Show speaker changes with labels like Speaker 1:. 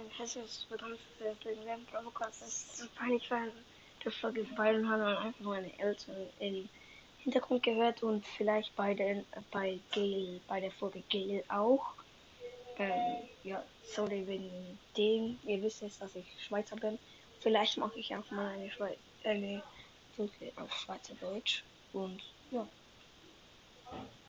Speaker 1: herzlich willkommen zu der legendären Podcast. Das ist so peinlich, weil die Folge Byron hat man einfach meine Eltern im Hintergrund gehört und vielleicht bei der Folge Gail auch. Ja, sorry wegen dem. Ihr wisst jetzt, dass ich Schweizer bin. Vielleicht mache ich auch mal eine Folge auf Schweizerdeutsch. Und ja.